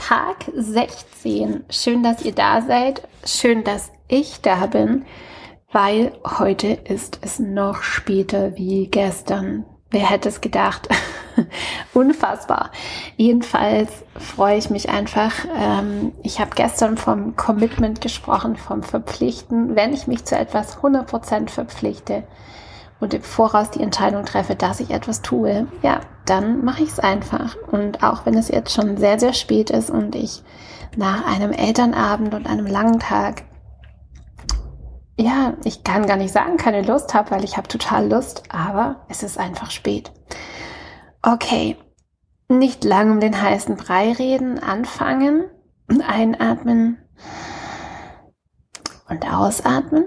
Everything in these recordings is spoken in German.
Tag 16. Schön, dass ihr da seid. Schön, dass ich da bin, weil heute ist es noch später wie gestern. Wer hätte es gedacht? Unfassbar. Jedenfalls freue ich mich einfach. Ich habe gestern vom Commitment gesprochen, vom Verpflichten. Wenn ich mich zu etwas 100% verpflichte und im Voraus die Entscheidung treffe, dass ich etwas tue, ja, dann mache ich es einfach. Und auch wenn es jetzt schon sehr, sehr spät ist und ich nach einem Elternabend und einem langen Tag, ja, ich kann gar nicht sagen, keine Lust habe, weil ich habe total Lust, aber es ist einfach spät. Okay, nicht lang um den heißen Brei reden, anfangen, einatmen und ausatmen.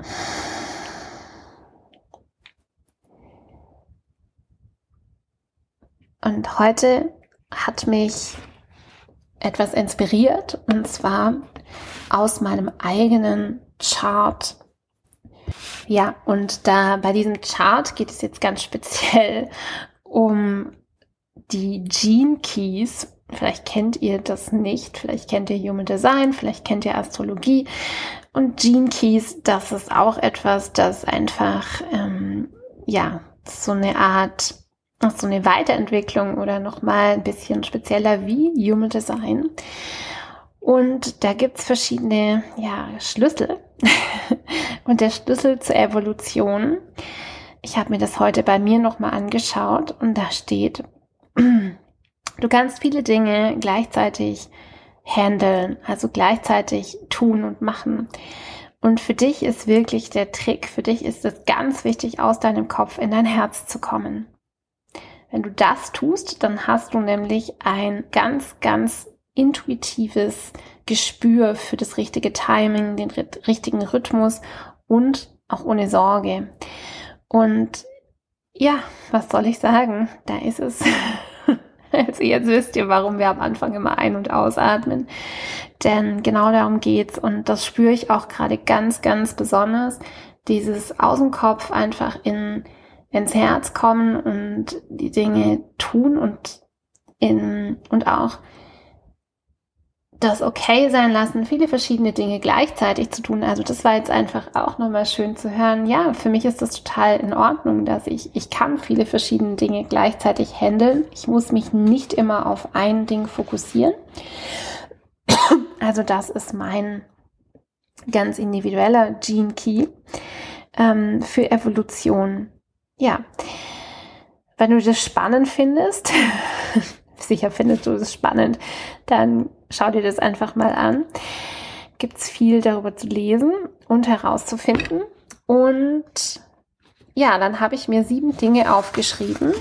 Und heute hat mich etwas inspiriert, und zwar aus meinem eigenen Chart. Ja, und da bei diesem Chart geht es jetzt ganz speziell um die Gene Keys. Vielleicht kennt ihr das nicht, vielleicht kennt ihr Human Design, vielleicht kennt ihr Astrologie. Und Gene Keys, das ist auch etwas, das einfach, so eine Art, so eine Weiterentwicklung oder nochmal ein bisschen spezieller wie Human Design. Und da gibt's verschiedene Schlüssel. Und der Schlüssel zur Evolution, ich habe mir das heute bei mir nochmal angeschaut und da steht, du kannst viele Dinge gleichzeitig handeln, also gleichzeitig tun und machen. Und für dich ist wirklich der Trick, für dich ist es ganz wichtig, aus deinem Kopf in dein Herz zu kommen. Wenn du das tust, dann hast du nämlich ein ganz, ganz intuitives Gespür für das richtige Timing, den richtigen Rhythmus und auch ohne Sorge. Und ja, was soll ich sagen? Da ist es. Also jetzt wisst ihr, warum wir am Anfang immer ein- und ausatmen. Denn genau darum geht's. Und das spüre ich auch gerade ganz, ganz besonders. Dieses aus dem Kopf einfach ins Herz kommen und die Dinge tun und auch das okay sein lassen, viele verschiedene Dinge gleichzeitig zu tun. Also das war jetzt einfach auch nochmal schön zu hören. Ja, für mich ist das total in Ordnung, dass ich kann viele verschiedene Dinge gleichzeitig handeln. Ich muss mich nicht immer auf ein Ding fokussieren. Also das ist mein ganz individueller Gene Key für Evolution. Ja, wenn du das spannend findest, sicher findest du das spannend, dann schau dir das einfach mal an. Gibt es viel darüber zu lesen und herauszufinden. Und ja, dann habe ich mir 7 Dinge aufgeschrieben.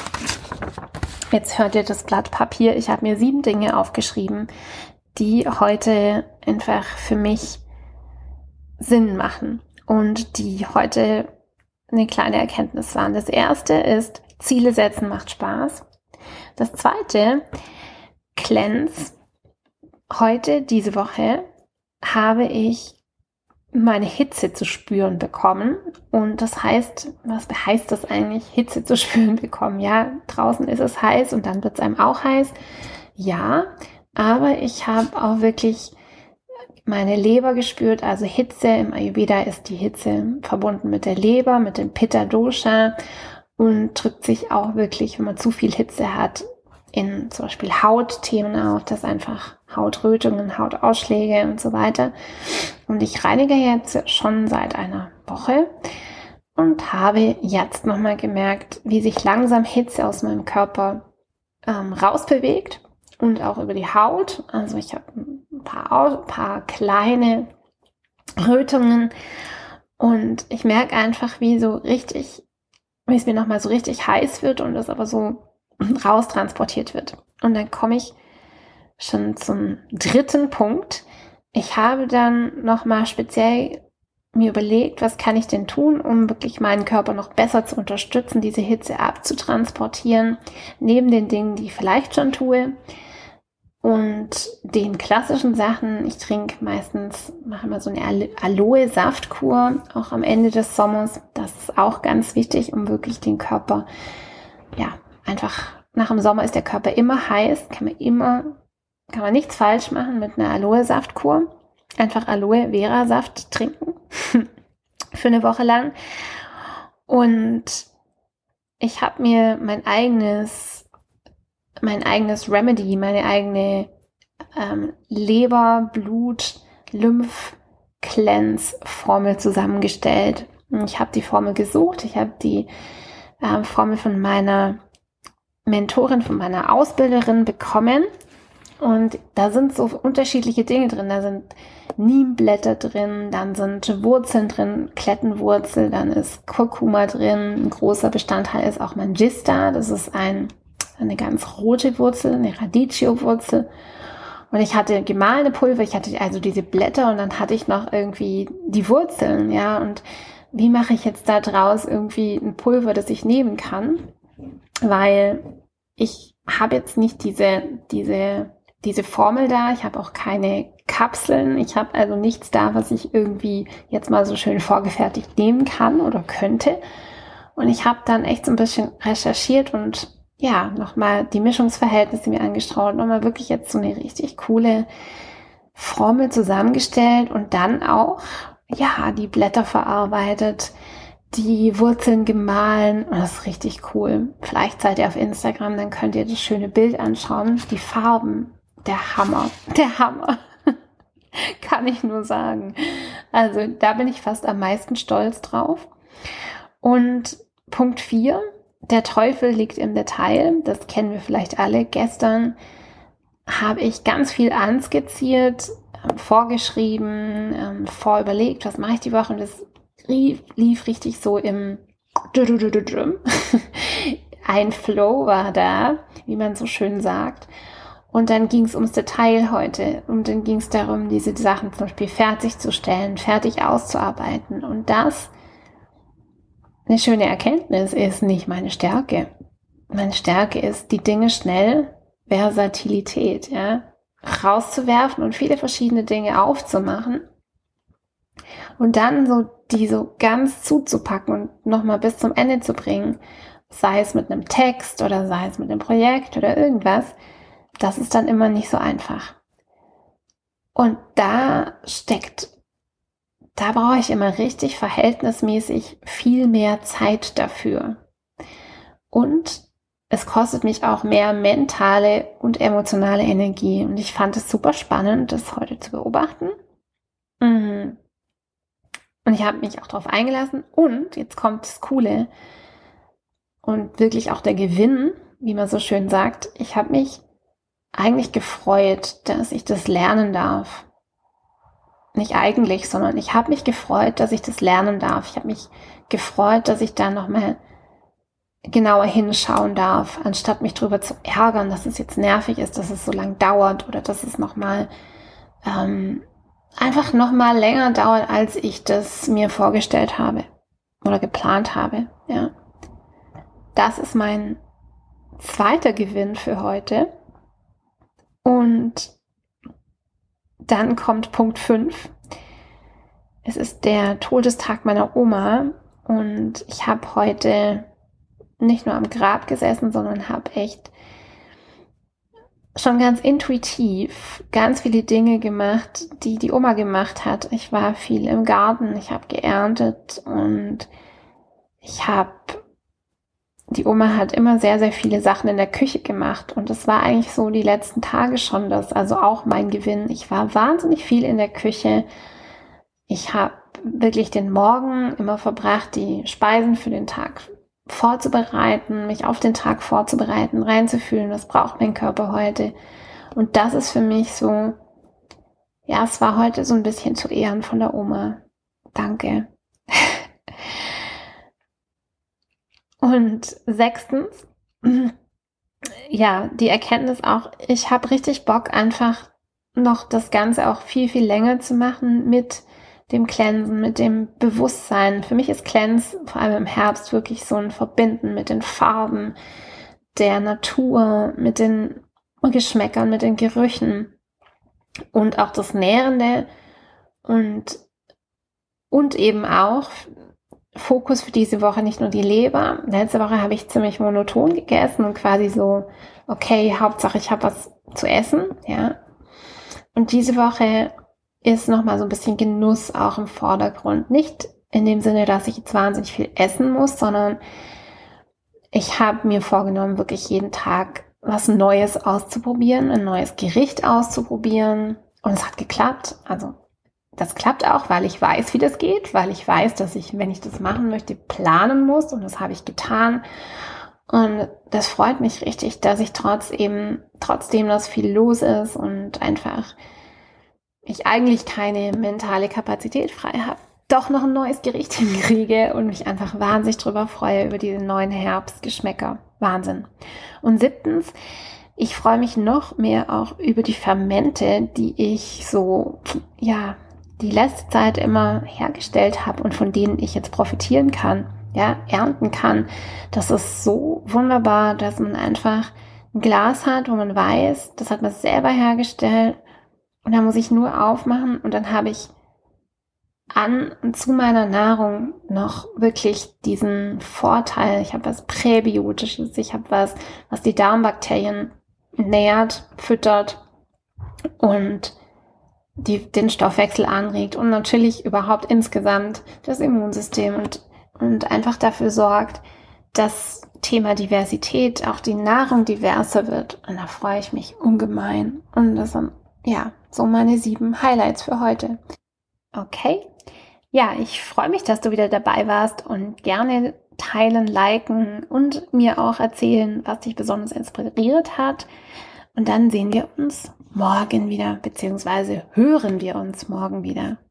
Jetzt hört ihr das Blatt Papier. Ich habe mir 7 Dinge aufgeschrieben, die heute einfach für mich Sinn machen und die heute eine kleine Erkenntnis waren. Das erste ist, Ziele setzen macht Spaß. Das zweite, Cleanse. Heute, diese Woche, habe ich meine Hitze zu spüren bekommen. Und das heißt, was heißt das eigentlich, Hitze zu spüren bekommen? Ja, draußen ist es heiß und dann wird es einem auch heiß. Ja, aber ich habe auch wirklich meine Leber gespürt. Also Hitze, im Ayurveda ist die Hitze verbunden mit der Leber, mit dem Pitta Dosha und drückt sich auch wirklich, wenn man zu viel Hitze hat, in zum Beispiel Hautthemen auf, das einfach Hautrötungen, Hautausschläge und so weiter. Und ich reinige jetzt schon seit einer Woche und habe jetzt nochmal gemerkt, wie sich langsam Hitze aus meinem Körper rausbewegt und auch über die Haut. Also ich habe ein paar kleine Rötungen und ich merke einfach, wie es mir nochmal so richtig heiß wird und das aber so raustransportiert wird. Und dann komme ich schon zum dritten Punkt. Ich habe dann nochmal speziell mir überlegt, was kann ich denn tun, um wirklich meinen Körper noch besser zu unterstützen, diese Hitze abzutransportieren, neben den Dingen, die ich vielleicht schon tue. Und den klassischen Sachen, ich mache immer so eine Aloe-Saftkur, auch am Ende des Sommers. Das ist auch ganz wichtig, um wirklich den Körper, einfach nach dem Sommer ist der Körper immer heiß, kann kann man nichts falsch machen mit einer Aloe-Saftkur. Einfach Aloe-Vera-Saft trinken für eine Woche lang. Und ich habe mir mein eigenes Remedy, meine eigene Leber, Blut, Lymph-Cleanse-Formel zusammengestellt. Ich habe die Formel gesucht, ich habe die Formel von meiner Mentorin, von meiner Ausbilderin bekommen. Und da sind so unterschiedliche Dinge drin. Da sind Niemblätter drin, dann sind Wurzeln drin, Klettenwurzel, dann ist Kurkuma drin. Ein großer Bestandteil ist auch Mangista. Das ist eine ganz rote Wurzel, eine Radicchio-Wurzel. Und ich hatte gemahlene Pulver, ich hatte also diese Blätter und dann hatte ich noch irgendwie die Wurzeln, ja. Und wie mache ich jetzt da draus irgendwie ein Pulver, das ich nehmen kann? Weil ich habe jetzt nicht diese Formel da, ich habe auch keine Kapseln, ich habe also nichts da, was ich irgendwie jetzt mal so schön vorgefertigt nehmen kann oder könnte. Und ich habe dann echt so ein bisschen recherchiert und ja, nochmal die Mischungsverhältnisse mir angeschaut, nochmal wirklich jetzt so eine richtig coole Formel zusammengestellt und dann auch, ja, die Blätter verarbeitet, die Wurzeln gemahlen und das ist richtig cool. Vielleicht seid ihr auf Instagram, dann könnt ihr das schöne Bild anschauen. Die Farben, der Hammer, kann ich nur sagen. Also da bin ich fast am meisten stolz drauf. Und Punkt 4, der Teufel liegt im Detail. Das kennen wir vielleicht alle. Gestern habe ich ganz viel anskizziert, vorgeschrieben, vorüberlegt, was mache ich die Woche und das lief richtig so im ein Flow war da, wie man so schön sagt. Und dann ging es ums Detail heute und dann ging es darum, diese Sachen zum Beispiel fertigzustellen, fertig auszuarbeiten und das, eine schöne Erkenntnis, ist nicht meine Stärke. Meine Stärke ist, die Dinge schnell, Versatilität, ja, rauszuwerfen und viele verschiedene Dinge aufzumachen und dann so die so ganz zuzupacken und nochmal bis zum Ende zu bringen, sei es mit einem Text oder sei es mit einem Projekt oder irgendwas, das ist dann immer nicht so einfach. Und da brauche ich immer richtig verhältnismäßig viel mehr Zeit dafür. Und es kostet mich auch mehr mentale und emotionale Energie. Und ich fand es super spannend, das heute zu beobachten. Und ich habe mich auch darauf eingelassen. Und jetzt kommt das Coole und wirklich auch der Gewinn, wie man so schön sagt. Ich habe mich eigentlich gefreut, dass ich das lernen darf. Nicht eigentlich, sondern ich habe mich gefreut, dass ich das lernen darf. Ich habe mich gefreut, dass ich da nochmal genauer hinschauen darf, anstatt mich drüber zu ärgern, dass es jetzt nervig ist, dass es so lang dauert oder dass es nochmal einfach nochmal länger dauert, als ich das mir vorgestellt habe oder geplant habe. Ja. Das ist mein zweiter Gewinn für heute. Und dann kommt Punkt 5. Es ist der Todestag meiner Oma und ich habe heute nicht nur am Grab gesessen, sondern habe echt schon ganz intuitiv ganz viele Dinge gemacht, die die Oma gemacht hat. Ich war viel im Garten, ich habe geerntet und die Oma hat immer sehr, sehr viele Sachen in der Küche gemacht und das war eigentlich so die letzten Tage schon das, also auch mein Gewinn. Ich war wahnsinnig viel in der Küche. Ich habe wirklich den Morgen immer verbracht, die Speisen für den Tag vorzubereiten, mich auf den Tag vorzubereiten, reinzufühlen, was braucht mein Körper heute. Und das ist für mich so, ja, es war heute so ein bisschen zu Ehren von der Oma. Danke. Und 6, ja, die Erkenntnis auch, ich habe richtig Bock, einfach noch das Ganze auch viel, viel länger zu machen mit dem Cleansen, mit dem Bewusstsein. Für mich ist Cleanse vor allem im Herbst wirklich so ein Verbinden mit den Farben der Natur, mit den Geschmäckern, mit den Gerüchen und auch das Nährende und eben auch Fokus für diese Woche nicht nur die Leber. Letzte Woche habe ich ziemlich monoton gegessen und quasi so, okay, Hauptsache ich habe was zu essen, ja. Und diese Woche ist nochmal so ein bisschen Genuss auch im Vordergrund. Nicht in dem Sinne, dass ich jetzt wahnsinnig viel essen muss, sondern ich habe mir vorgenommen, wirklich jeden Tag was Neues auszuprobieren, ein neues Gericht auszuprobieren. Und es hat geklappt. Also das klappt auch, weil ich weiß, wie das geht, weil ich weiß, dass ich, wenn ich das machen möchte, planen muss. Und das habe ich getan. Und das freut mich richtig, dass ich trotzdem, dass viel los ist und einfach ich eigentlich keine mentale Kapazität frei habe, doch noch ein neues Gericht hinkriege und mich einfach wahnsinnig drüber freue über diese neuen Herbstgeschmäcker. Wahnsinn. Und 7, ich freue mich noch mehr auch über die Fermente, die ich so, ja, die letzte Zeit immer hergestellt habe und von denen ich jetzt profitieren kann, ja, ernten kann. Das ist so wunderbar, dass man einfach ein Glas hat, wo man weiß, das hat man selber hergestellt und da muss ich nur aufmachen und dann habe ich an und zu meiner Nahrung noch wirklich diesen Vorteil. Ich habe was Präbiotisches, ich habe was die Darmbakterien nährt, füttert und den Stoffwechsel anregt und natürlich überhaupt insgesamt das Immunsystem und einfach dafür sorgt, dass Thema Diversität, auch die Nahrung diverser wird. Und da freue ich mich ungemein. Und das sind, ja, so meine 7 Highlights für heute. Okay. Ja, ich freue mich, dass du wieder dabei warst und gerne teilen, liken und mir auch erzählen, was dich besonders inspiriert hat. Und dann sehen wir uns morgen wieder, beziehungsweise hören wir uns morgen wieder.